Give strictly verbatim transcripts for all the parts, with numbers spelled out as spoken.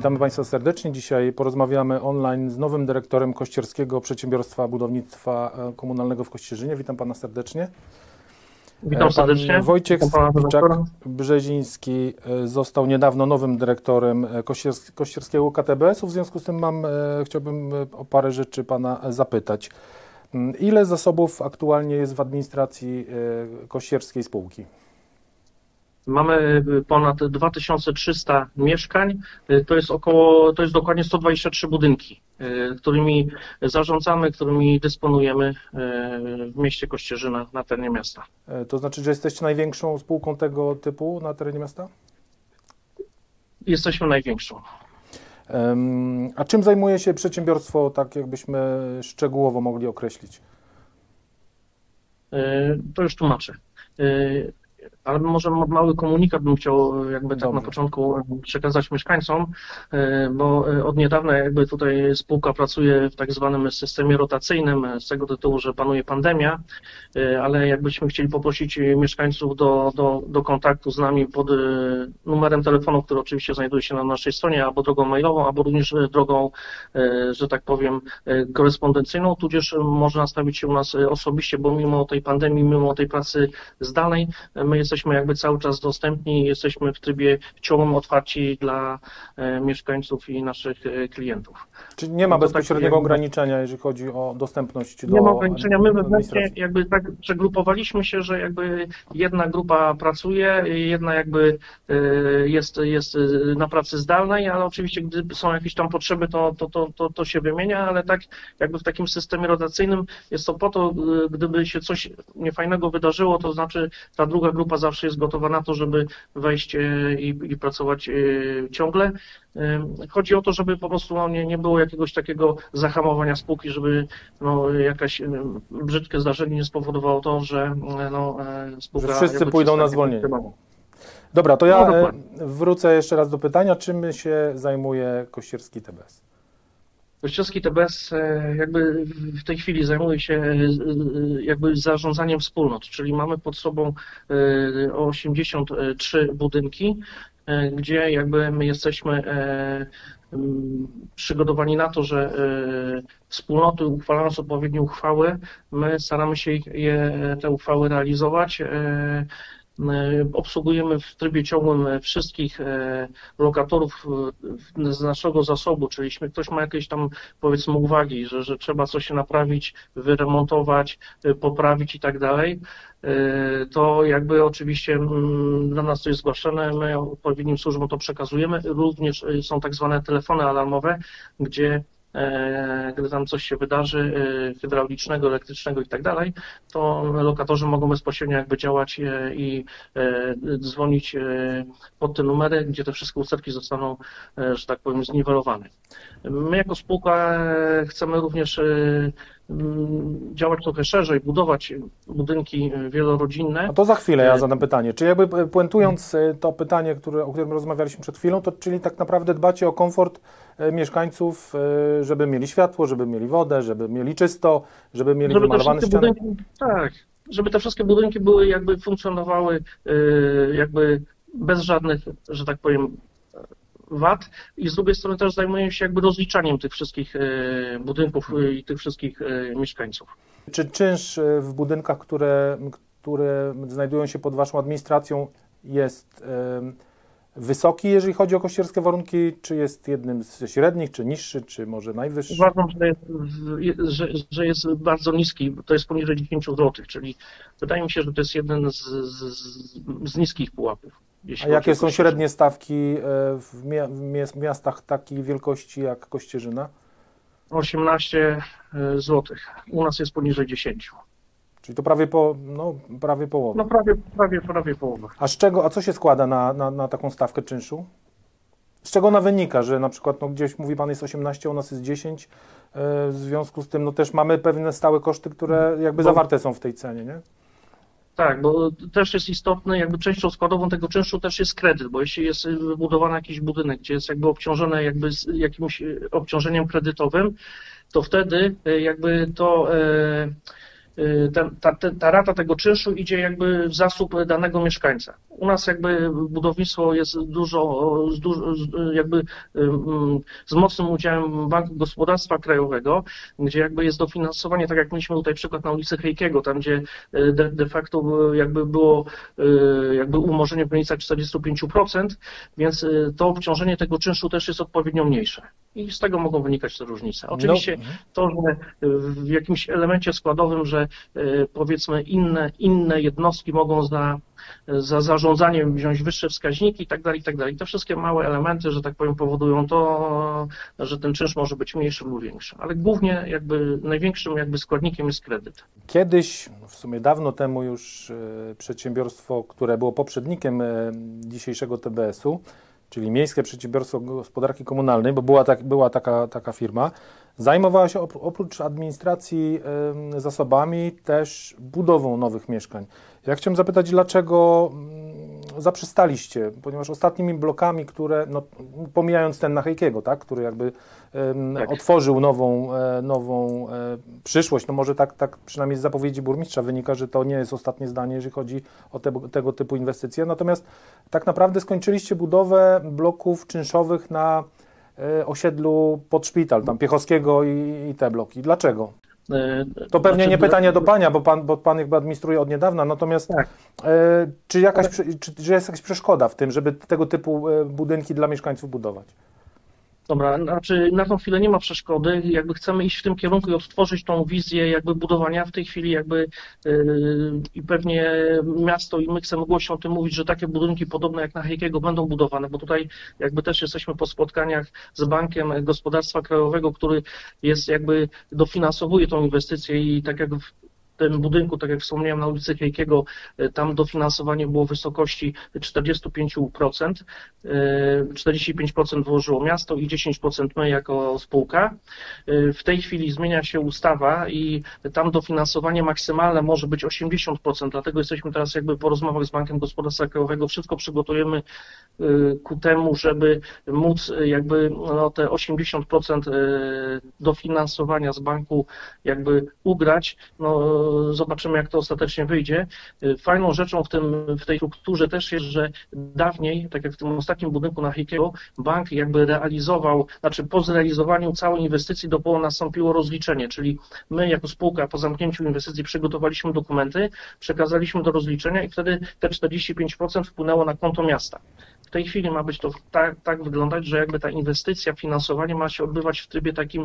Witamy Państwa serdecznie. Dzisiaj porozmawiamy online z nowym dyrektorem Kościerskiego Przedsiębiorstwa Budownictwa Komunalnego w Kościerzynie. Witam Pana serdecznie. Witam serdecznie. Pan Wojciech Spilczak-Brzeziński został niedawno nowym dyrektorem Kościerskiego K T B S u. W związku z tym mam, chciałbym o parę rzeczy Pana zapytać. Ile zasobów aktualnie jest w administracji kościerskiej spółki? Mamy ponad dwa tysiące trzysta mieszkań, to jest około, to jest dokładnie sto dwadzieścia trzy budynki, którymi zarządzamy, którymi dysponujemy w mieście Kościerzyna na terenie miasta. To znaczy, że jesteście największą spółką tego typu na terenie miasta? Jesteśmy największą. A czym zajmuje się przedsiębiorstwo, tak jakbyśmy szczegółowo mogli określić? To już tłumaczę. Ale może mały komunikat bym chciał jakby tak Dobrze. na początku przekazać mieszkańcom, bo od niedawna jakby tutaj spółka pracuje w tak zwanym systemie rotacyjnym z tego tytułu, że panuje pandemia, ale jakbyśmy chcieli poprosić mieszkańców do, do, do kontaktu z nami pod numerem telefonu, który oczywiście znajduje się na naszej stronie, albo drogą mailową, albo również drogą, że tak powiem, korespondencyjną, tudzież można nastawić się u nas osobiście, bo mimo tej pandemii, mimo tej pracy zdalnej, my jesteśmy jakby cały czas dostępni, jesteśmy w trybie ciągłym otwarci dla e, mieszkańców i naszych e, klientów. Czyli nie ma no bezpośredniego tak, ograniczenia, jeżeli chodzi o dostępność do Nie ma ograniczenia. My wewnętrznie administracji. jakby tak przegrupowaliśmy się, że jakby jedna grupa pracuje, jedna jakby e, jest, jest na pracy zdalnej, ale oczywiście gdy są jakieś tam potrzeby, to, to, to, to, to się wymienia, ale tak jakby w takim systemie rotacyjnym jest to po to, gdyby się coś niefajnego wydarzyło, to znaczy ta druga grupa zawsze jest gotowa na to, żeby wejść i, i pracować ciągle. Chodzi o to, żeby po prostu no, nie, nie było jakiegoś takiego zahamowania spółki, żeby no, jakaś brzydkie zdarzenie nie spowodowało to, że no, spółka... Że wszyscy pójdą na zwolnienie. Dobra, to ja no, wrócę jeszcze raz do pytania, czym się zajmuje Kościerski T B S? Kościerski T B S jakby w tej chwili zajmuje się jakby zarządzaniem wspólnot, czyli mamy pod sobą osiemdziesiąt trzy budynki, gdzie jakby my jesteśmy przygotowani na to, że wspólnoty, uchwalając odpowiednie uchwały, my staramy się je, te uchwały realizować. Obsługujemy w trybie ciągłym wszystkich lokatorów z naszego zasobu, czyli jeśli ktoś ma jakieś tam powiedzmy uwagi, że, że trzeba coś naprawić, wyremontować, poprawić i tak dalej, to jakby oczywiście dla nas to jest zgłaszane, my odpowiednim służbom to przekazujemy. Również są tak zwane telefony alarmowe, gdzie gdy tam coś się wydarzy hydraulicznego, elektrycznego i tak dalej, to lokatorzy mogą bezpośrednio jakby działać i dzwonić pod te numery, gdzie te wszystkie usterki zostaną, że tak powiem, zniwelowane. My jako spółka chcemy również działać trochę szerzej, budować budynki wielorodzinne. A to za chwilę ja zadam pytanie. Czy jakby puentując to pytanie, które, o którym rozmawialiśmy przed chwilą, to czyli tak naprawdę dbacie o komfort mieszkańców, żeby mieli światło, żeby mieli wodę, żeby mieli czysto, żeby mieli żeby wymalowane ściany? Budynki, tak, żeby te wszystkie budynki były jakby funkcjonowały jakby bez żadnych, że tak powiem, wad i z drugiej strony też zajmują się jakby rozliczaniem tych wszystkich budynków i tych wszystkich mieszkańców. Czy czynsz w budynkach, które, które znajdują się pod Waszą administracją jest wysoki, jeżeli chodzi o kościerskie warunki, czy jest jednym ze średnich, czy niższy, czy może najwyższy? Uważam, że jest, że, że jest bardzo niski, to jest poniżej dziesięć złotych, czyli wydaje mi się, że to jest jeden z, z, z niskich pułapów. A jakie są średnie stawki w miastach takiej wielkości jak Kościerzyna? osiemnaście złotych. U nas jest poniżej dziesięć. Czyli to prawie, po, no, prawie połowa. No prawie, prawie, prawie połowa. A z czego, a co się składa na, na, na taką stawkę czynszu? Z czego ona wynika, że na przykład no, gdzieś mówi Pan jest osiemnaście, u nas jest dziesięć, w związku z tym no, też mamy pewne stałe koszty, które jakby zawarte są w tej cenie, nie? Tak, bo też jest istotne, jakby częścią składową tego czynszu też jest kredyt, bo jeśli jest wybudowany jakiś budynek, gdzie jest jakby obciążone jakby z jakimś obciążeniem kredytowym, to wtedy jakby to ten, ta, ta rata tego czynszu idzie jakby w zasób danego mieszkańca. U nas jakby budownictwo jest dużo, z, dużo, jakby z mocnym udziałem Banku Gospodarstwa Krajowego, gdzie jakby jest dofinansowanie, tak jak mieliśmy tutaj przykład na ulicy Hejkiego, tam gdzie de, de facto jakby było jakby umorzenie w granicach czterdzieści pięć procent, więc to obciążenie tego czynszu też jest odpowiednio mniejsze. I z tego mogą wynikać te różnice. Oczywiście no. to, że w jakimś elemencie składowym, że powiedzmy inne, inne jednostki mogą za, za zarządzaniem wziąć wyższe wskaźniki i tak dalej, i tak dalej. Te wszystkie małe elementy, że tak powiem, powodują to, że ten czynsz może być mniejszy lub większy. Ale głównie jakby największym jakby składnikiem jest kredyt. Kiedyś, w sumie dawno temu już przedsiębiorstwo, które było poprzednikiem dzisiejszego T B S-u, czyli Miejskie Przedsiębiorstwo Gospodarki Komunalnej, bo była, tak, była taka, taka firma, zajmowała się oprócz administracji y, zasobami też budową nowych mieszkań. Ja chciałem zapytać, dlaczego y, zaprzestaliście, ponieważ ostatnimi blokami, które, no, pomijając ten na Hejkiego, tak, który jakby y, tak. otworzył nową, y, nową y, przyszłość, no może tak, tak przynajmniej z zapowiedzi burmistrza wynika, że to nie jest ostatnie zdanie, jeżeli chodzi o te, tego typu inwestycje, natomiast tak naprawdę skończyliście budowę bloków czynszowych na osiedlu pod szpital, tam Piechowskiego i, i te bloki. Dlaczego? To pewnie znaczy, nie pytanie do Pana, bo Pan, bo pan jakby administruje od niedawna, natomiast tak. e, czy, jakaś, czy, czy jest jakaś przeszkoda w tym, żeby tego typu budynki dla mieszkańców budować? Dobra, znaczy na tą chwilę nie ma przeszkody, jakby chcemy iść w tym kierunku i odtworzyć tą wizję jakby budowania. W tej chwili jakby yy, i pewnie miasto i my chcemy głośno o tym mówić, że takie budynki podobne jak na Hejkiego będą budowane, bo tutaj jakby też jesteśmy po spotkaniach z Bankiem Gospodarstwa Krajowego, który jest jakby dofinansowuje tą inwestycję i tak jak w tym budynku, tak jak wspomniałem, na ulicy Hejkiego, tam dofinansowanie było w wysokości czterdzieści pięć procent. czterdzieści pięć procent włożyło miasto i dziesięć procent my jako spółka. W tej chwili zmienia się ustawa i tam dofinansowanie maksymalne może być osiemdziesiąt procent, dlatego jesteśmy teraz jakby po rozmowach z Bankiem Gospodarstwa Krajowego, wszystko przygotujemy ku temu, żeby móc jakby no, te osiemdziesiąt procent dofinansowania z banku jakby ugrać. No, zobaczymy, jak to ostatecznie wyjdzie. Fajną rzeczą w, tym, w tej strukturze też jest, że dawniej, tak jak w tym ostatnim budynku na Hejkiego, bank jakby realizował, znaczy po zrealizowaniu całej inwestycji dopiero nastąpiło rozliczenie, czyli my jako spółka po zamknięciu inwestycji przygotowaliśmy dokumenty, przekazaliśmy do rozliczenia i wtedy te czterdzieści pięć procent wpłynęło na konto miasta. W tej chwili ma być to tak, tak wyglądać, że jakby ta inwestycja, finansowanie ma się odbywać w trybie takim,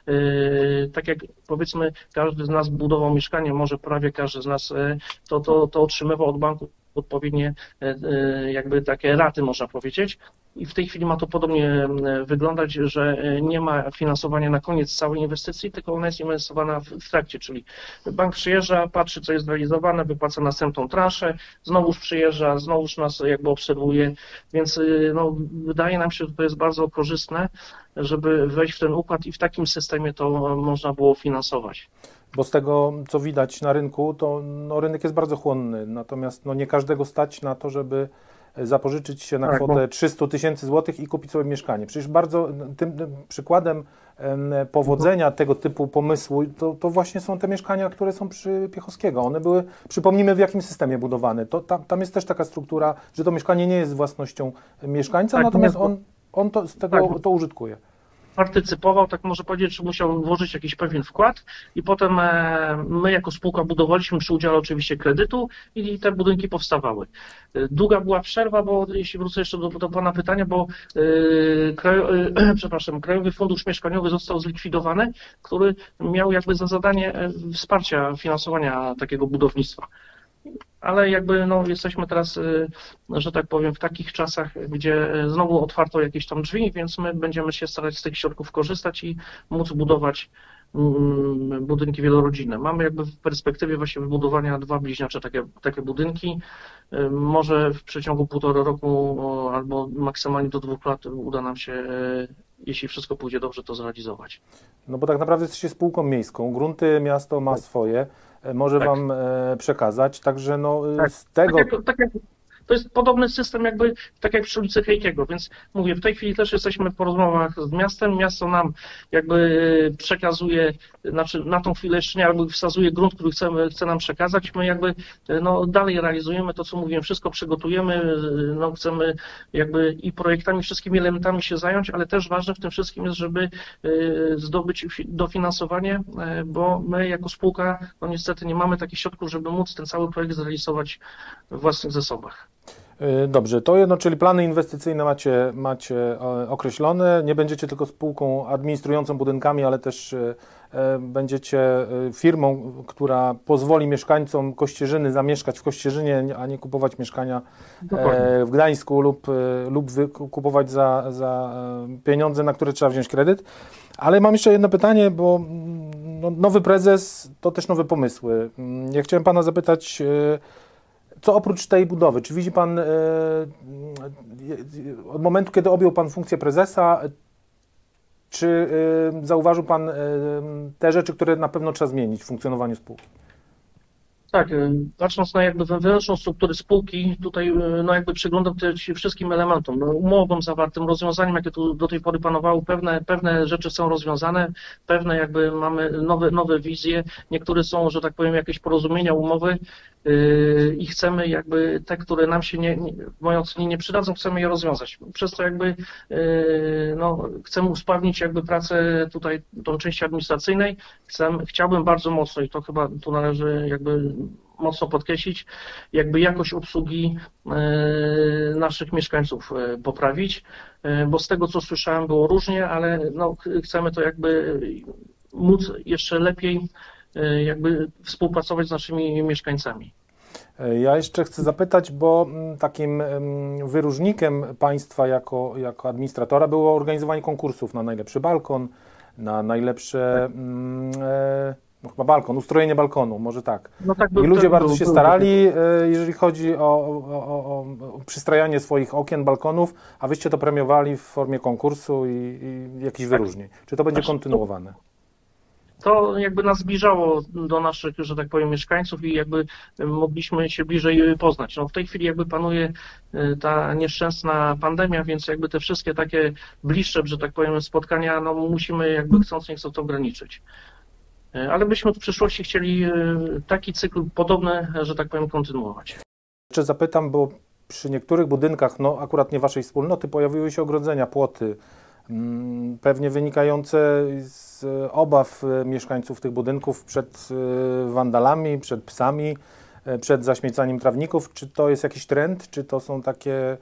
yy, tak jak powiedzmy każdy z nas budował mieszkanie, może prawie każdy z nas yy, to, to, to otrzymywał od banku odpowiednie yy, jakby takie raty, można powiedzieć. I w tej chwili ma to podobnie wyglądać, że nie ma finansowania na koniec całej inwestycji, tylko ona jest inwestowana w trakcie, czyli bank przyjeżdża, patrzy, co jest realizowane, wypłaca następną transzę, znowuż przyjeżdża, znowuż nas jakby obserwuje, więc no, wydaje nam się, że to jest bardzo korzystne, żeby wejść w ten układ i w takim systemie to można było finansować. Bo z tego, co widać na rynku, to no, rynek jest bardzo chłonny, natomiast no, nie każdego stać na to, żeby zapożyczyć się na tak, kwotę bo... trzysta tysięcy złotych i kupić sobie mieszkanie. Przecież bardzo tym, tym przykładem powodzenia tego typu pomysłu to, to właśnie są te mieszkania, które są przy Piechowskiego. One były, przypomnijmy, w jakim systemie budowane. To, tam, tam jest też taka struktura, że to mieszkanie nie jest własnością mieszkańca, tak, natomiast on, on to, z tego tak. to użytkuje. Partycypował, tak może powiedzieć, że musiał włożyć jakiś pewien wkład i potem my jako spółka budowaliśmy przy udziale oczywiście kredytu i te budynki powstawały. Długa była przerwa, bo jeśli wrócę jeszcze do, do Pana pytania, bo yy, kraj, yy, przepraszam, Krajowy Fundusz Mieszkaniowy został zlikwidowany, który miał jakby za zadanie wsparcia finansowania takiego budownictwa. Ale jakby no, jesteśmy teraz, że tak powiem, w takich czasach, gdzie znowu otwarto jakieś tam drzwi, więc my będziemy się starać z tych środków korzystać i móc budować budynki wielorodzinne. Mamy jakby w perspektywie właśnie wybudowania dwa bliźniacze takie, takie budynki. Może w przeciągu półtora roku albo maksymalnie do dwóch lat uda nam się, jeśli wszystko pójdzie dobrze, to zrealizować. No bo tak naprawdę jesteście spółką miejską, grunty miasto ma swoje, może tak. Wam przekazać, także no tak. z tego... Tak jak, tak jak... To jest podobny system jakby, tak jak przy ulicy Hejkiego, więc mówię, w tej chwili też jesteśmy po rozmowach z miastem, miasto nam jakby przekazuje, znaczy na tą chwilę jeszcze nie, jakby wskazuje grunt, który chcemy, chce nam przekazać, my jakby no, dalej realizujemy to, co mówiłem, wszystko przygotujemy, no, chcemy jakby i projektami, wszystkimi elementami się zająć, ale też ważne w tym wszystkim jest, żeby zdobyć dofinansowanie, bo my jako spółka, no niestety nie mamy takich środków, żeby móc ten cały projekt zrealizować w własnych zasobach. Dobrze, to jedno, czyli plany inwestycyjne macie, macie określone, nie będziecie tylko spółką administrującą budynkami, ale też będziecie firmą, która pozwoli mieszkańcom Kościerzyny zamieszkać w Kościerzynie, a nie kupować mieszkania Dokładnie. w Gdańsku lub, lub kupować za, za pieniądze, na które trzeba wziąć kredyt. Ale mam jeszcze jedno pytanie, bo no, nowy prezes to też nowe pomysły. Ja chciałem pana zapytać, co oprócz tej budowy, czy widzi pan od momentu, kiedy objął pan funkcję prezesa, czy zauważył pan te rzeczy, które na pewno trzeba zmienić w funkcjonowaniu spółki? Tak, patrząc na jakby wewnętrzną strukturę spółki, tutaj no jakby przyglądam się wszystkim elementom, no, umowom zawartym, rozwiązaniom, jakie tu do tej pory panowały, pewne, pewne rzeczy są rozwiązane, pewne jakby mamy nowe, nowe wizje, niektóre są, że tak powiem, jakieś porozumienia, umowy yy, i chcemy jakby te, które nam się nie, nie, w mojej ocenie nie przydadzą, chcemy je rozwiązać. Przez to jakby yy, no, chcemy usprawnić jakby pracę tutaj, tą części administracyjnej, chcemy, chciałbym bardzo mocno i to chyba tu należy jakby mocno podkreślić, jakby jakość obsługi naszych mieszkańców poprawić, bo z tego, co słyszałem, było różnie, ale no, chcemy to jakby móc jeszcze lepiej jakby współpracować z naszymi mieszkańcami. Ja jeszcze chcę zapytać, bo takim wyróżnikiem państwa jako, jako administratora było organizowanie konkursów na najlepszy balkon, na najlepsze... Tak. No chyba balkon, ustrojenie balkonu, może tak. No tak I ludzie bardzo był, się był, starali, był. jeżeli chodzi o, o, o, o przystrajanie swoich okien, balkonów, a wyście to premiowali w formie konkursu i, i jakichś wyróżnień. Czy to będzie znaczy, kontynuowane? To, to jakby nas zbliżało do naszych, że tak powiem, mieszkańców i jakby mogliśmy się bliżej poznać. No w tej chwili jakby panuje ta nieszczęsna pandemia, więc jakby te wszystkie takie bliższe, że tak powiem, spotkania, no musimy jakby chcąc nie chcąc to ograniczyć. Ale byśmy w przyszłości chcieli taki cykl podobny, że tak powiem, kontynuować. Jeszcze zapytam, bo przy niektórych budynkach, no akurat nie waszej wspólnoty, pojawiły się ogrodzenia, płoty, pewnie wynikające z obaw mieszkańców tych budynków przed wandalami, przed psami, przed zaśmiecaniem trawników. Czy to jest jakiś trend, czy to są takie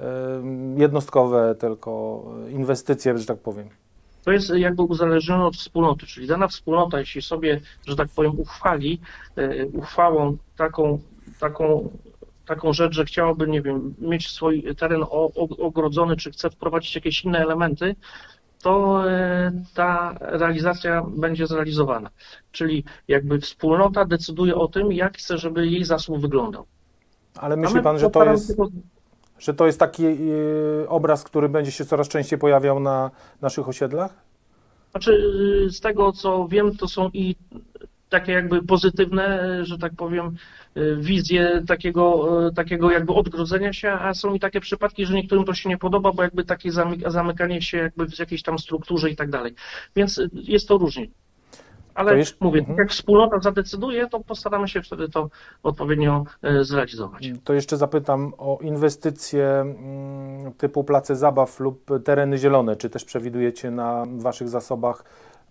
jednostkowe tylko inwestycje, że tak powiem? To jest jakby uzależnione od wspólnoty, czyli dana wspólnota, jeśli sobie, że tak powiem, uchwali uchwałą taką, taką, taką rzecz, że chciałaby, nie wiem, mieć swój teren ogrodzony, czy chce wprowadzić jakieś inne elementy, to ta realizacja będzie zrealizowana. Czyli jakby wspólnota decyduje o tym, jak chce, żeby jej zasób wyglądał. Ale myśli pan, że to jest... Że to jest taki obraz, który będzie się coraz częściej pojawiał na naszych osiedlach? Znaczy, z tego co wiem, to są i takie jakby pozytywne, że tak powiem, wizje takiego, takiego jakby odgrodzenia się, a są i takie przypadki, że niektórym to się nie podoba, bo jakby takie zamykanie się jakby w jakiejś tam strukturze i tak dalej. Więc jest to różnie. Ale jeszcze, mówię, uh-huh. jak wspólnota zadecyduje, to postaramy się wtedy to odpowiednio zrealizować. To jeszcze zapytam o inwestycje typu place zabaw lub tereny zielone. Czy też przewidujecie na waszych zasobach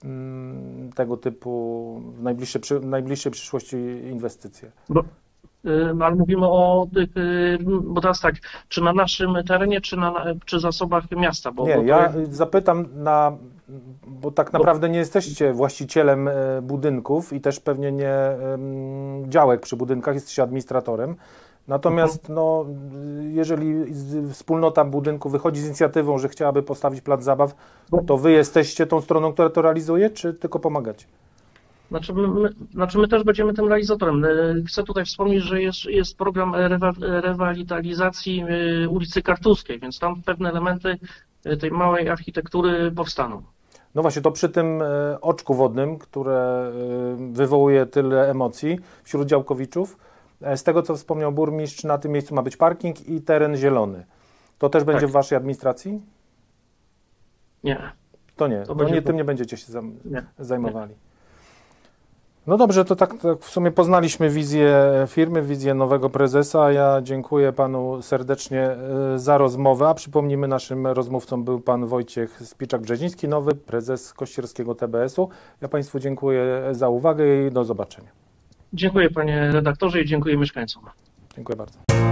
tego typu w najbliższej, w najbliższej przyszłości inwestycje? Bo, ale mówimy o tych, bo teraz tak, czy na naszym terenie, czy na czy zasobach miasta? Bo, Nie, bo ja to... zapytam na... Bo tak naprawdę nie jesteście właścicielem budynków i też pewnie nie działek przy budynkach, jesteście administratorem. Natomiast no, jeżeli wspólnota budynku wychodzi z inicjatywą, że chciałaby postawić plac zabaw, to wy jesteście tą stroną, która to realizuje, czy tylko pomagacie? Znaczy my, znaczy my też będziemy tym realizatorem. Chcę tutaj wspomnieć, że jest, jest program rewa, rewitalizacji ulicy Kartuskiej, więc tam pewne elementy tej małej architektury powstaną. No właśnie, to przy tym oczku wodnym, które wywołuje tyle emocji wśród działkowiczów, Z tego, co wspomniał burmistrz, na tym miejscu ma być parking i teren zielony. To też będzie Tak. w waszej administracji? Nie. To nie, To to nie, będzie tym po- nie będziecie się zam- Nie. zajmowali. No dobrze, to tak, tak w sumie poznaliśmy wizję firmy, wizję nowego prezesa. Ja dziękuję panu serdecznie y, za rozmowę, a przypomnijmy, naszym rozmówcą był pan Wojciech Spiczak-Brzeziński, nowy prezes Kościerskiego T B S u. Ja państwu dziękuję za uwagę i do zobaczenia. Dziękuję panie redaktorze i dziękuję mieszkańcom. Dziękuję bardzo.